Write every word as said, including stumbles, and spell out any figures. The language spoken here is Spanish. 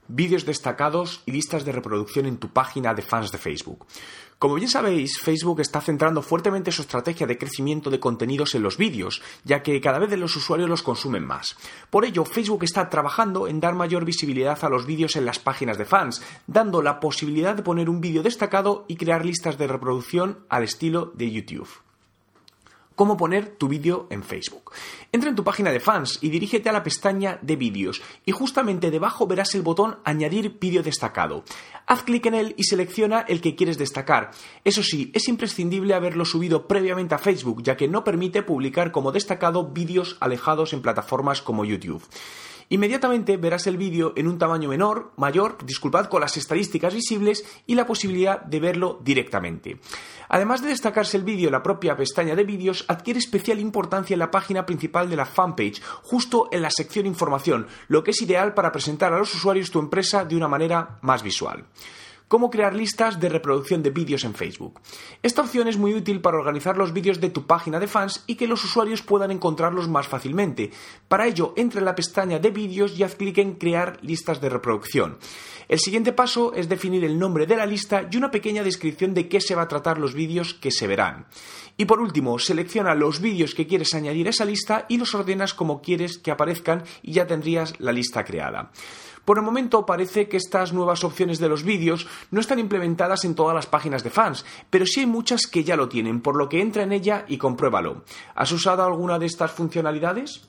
vídeos destacados y listas de reproducción en tu página de fans de Facebook. Como bien sabéis, Facebook está centrando fuertemente su estrategia de crecimiento de contenidos en los vídeos, ya que cada vez los usuarios los consumen más. Por ello, Facebook está trabajando en dar mayor visibilidad a los vídeos en las páginas de fans, dando la posibilidad de poner un vídeo destacado y crear listas de reproducción al estilo de YouTube. ¿Cómo poner tu vídeo en Facebook? Entra en tu página de fans y dirígete a la pestaña de vídeos y justamente debajo verás el botón Añadir vídeo destacado. Haz clic en él y selecciona el que quieres destacar. Eso sí, es imprescindible haberlo subido previamente a Facebook, ya que no permite publicar como destacado vídeos alejados en plataformas como YouTube. Inmediatamente verás el vídeo en un tamaño menor, mayor, disculpad, con las estadísticas visibles y la posibilidad de verlo directamente. Además de destacarse el vídeo en la propia pestaña de vídeos, adquiere especial importancia en la página principal de la fanpage, justo en la sección información, lo que es ideal para presentar a los usuarios tu empresa de una manera más visual. ¿Cómo crear listas de reproducción de vídeos en Facebook? Esta opción es muy útil para organizar los vídeos de tu página de fans y que los usuarios puedan encontrarlos más fácilmente. Para ello, entra en la pestaña de vídeos y haz clic en Crear listas de reproducción. El siguiente paso es definir el nombre de la lista y una pequeña descripción de qué se va a tratar los vídeos que se verán. Y por último, selecciona los vídeos que quieres añadir a esa lista y los ordenas como quieres que aparezcan y ya tendrías la lista creada. Por el momento parece que estas nuevas opciones de los vídeos no están implementadas en todas las páginas de fans, pero sí hay muchas que ya lo tienen, por lo que entra en ella y compruébalo. ¿Has usado alguna de estas funcionalidades?